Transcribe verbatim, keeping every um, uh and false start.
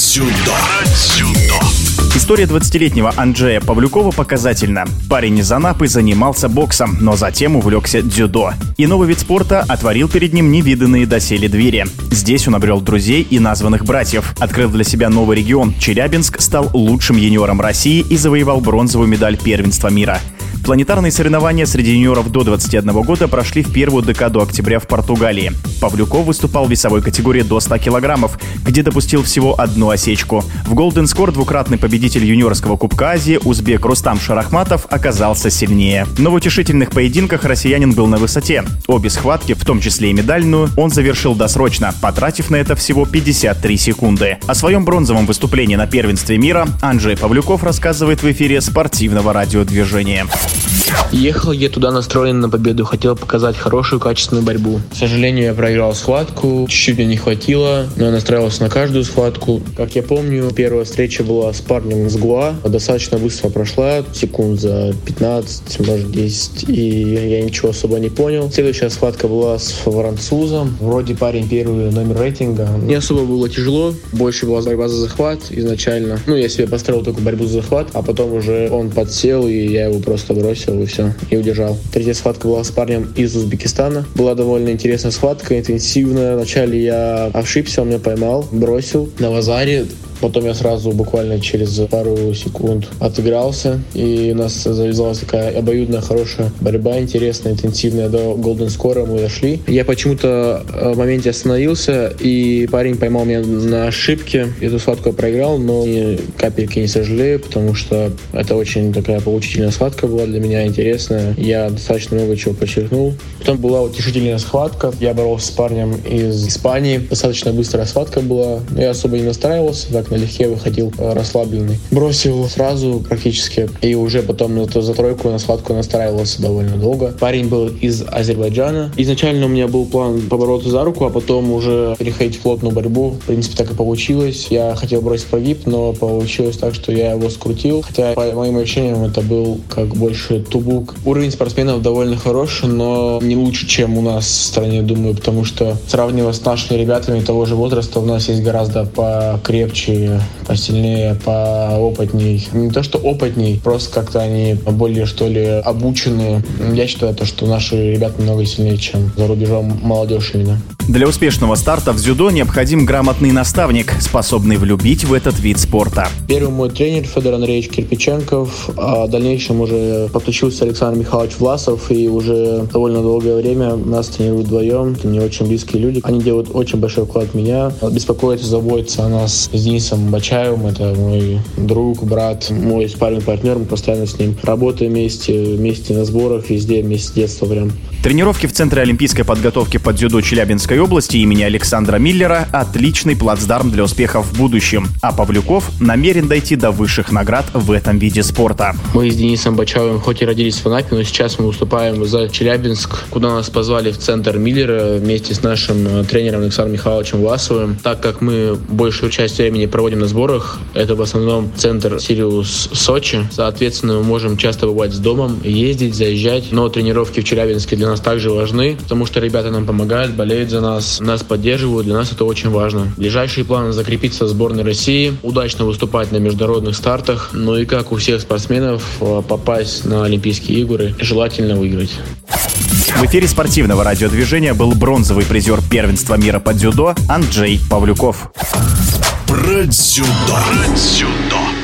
дзюдо. История двадцатилетнего Анджея Павлюкова показательна. Парень из Анапы занимался боксом, но затем увлекся дзюдо. И новый вид спорта отворил перед ним невиданные доселе двери. Здесь он обрел друзей и названных братьев. Открыв для себя новый регион, Челябинск стал лучшим юниором России и завоевал бронзовую медаль первенства мира. Планетарные соревнования среди юниоров до двадцати одного года прошли в первую декаду октября в Португалии. Павлюков выступал в весовой категории до ста килограммов, где допустил всего одну осечку. В Golden Score двукратный победитель юниорского Кубка Азии узбек Рустам Шарахматов оказался сильнее. Но в утешительных поединках россиянин был на высоте. Обе схватки, в том числе и медальную, он завершил досрочно, потратив на это всего пятьдесят три секунды. О своем бронзовом выступлении на первенстве мира Анджей Павлюков рассказывает в эфире спортивного радиодвижения. Ехал я туда настроен на победу, хотел показать хорошую, качественную борьбу. К сожалению, я проиграл схватку, чуть-чуть мне не хватило, но я настраивался на каждую схватку. Как я помню, первая встреча была с парнем из Гуа, достаточно быстро прошла, секунд за пятнадцать, может десять, и я ничего особо не понял. Следующая схватка была с французом, вроде парень первый номер рейтинга. Не особо было тяжело, больше была борьба за захват изначально. Ну, я себе построил только борьбу за захват, а потом уже он подсел, и я его просто бросил, и все, и удержал. Третья схватка была с парнем из Узбекистана. Была довольно интересная схватка, интенсивная. Вначале я ошибся, он меня поймал, бросил на вазаре. Потом я сразу буквально через пару секунд отыгрался, и у нас завязалась такая обоюдная хорошая борьба, интересная, интенсивная. До Golden Score мы дошли. Я почему-то в моменте остановился, и парень поймал меня на ошибке. Эту схватку я проиграл, но ни капельки не сожалею, потому что это очень такая поучительная схватка была для меня, интересная. Я достаточно много чего подчеркнул. Потом была утешительная схватка. Я боролся с парнем из Испании. Достаточно быстрая схватка была. Я особо не настраивался, так налегке выходил, расслабленный. Бросил сразу практически, и уже потом на эту за тройку на схватку настраивался довольно долго. Парень был из Азербайджана. Изначально у меня был план побороться за руку, а потом уже переходить в плотную борьбу. В принципе, так и получилось. Я хотел бросить прогиб, но получилось так, что я его скрутил. Хотя, по моим ощущениям, это был как больше тубук. Уровень спортсменов довольно хороший, но не лучше, чем у нас в стране, думаю, потому что, сравнивая с нашими ребятами того же возраста, у нас есть гораздо покрепче, посильнее, поопытней. Не то, что опытней, просто как-то они более, что ли, обученные. Я считаю, то, что наши ребята много сильнее, чем за рубежом молодежь именно. Для успешного старта в дзюдо необходим грамотный наставник, способный влюбить в этот вид спорта. Первый мой тренер Федор Андреевич Кирпиченков, а в дальнейшем уже подключился Александр Михайлович Власов, и уже довольно долгое время нас тренируют вдвоем. Это мне очень близкие люди. Они делают очень большой вклад в меня, беспокоятся, заботятся о нас с Денисом Бачаевым. Это мой друг, брат, мой спарринг партнер. Мы постоянно с ним работаем вместе, вместе на сборах, везде, вместе с детства прям. Тренировки в Центре олимпийской подготовки по дзюдо Челябинской области имени Александра Миллера – отличный плацдарм для успехов в будущем. А Павлюков намерен дойти до высших наград в этом виде спорта. Мы с Денисом Бачаевым хоть и родились в Анапе, но сейчас мы выступаем за Челябинск, куда нас позвали в Центр Миллера вместе с нашим тренером Александром Михайловичем Власовым. Так как мы большую часть времени проводим на сборах, это в основном Центр Сириус Сочи. Соответственно, мы можем часто бывать с домом, ездить, заезжать. Но тренировки в Челябинске для нас также важны, потому что ребята нам помогают, болеют за нас, нас поддерживают. Для нас это очень важно. Ближайшие планы — закрепиться в сборной России, удачно выступать на международных стартах, ну и, как у всех спортсменов, попасть на Олимпийские игры, желательно выиграть. В эфире спортивного радиодвижения был бронзовый призер первенства мира по дзюдо Анджей Павлюков. Про дзюдо. Про дзюдо.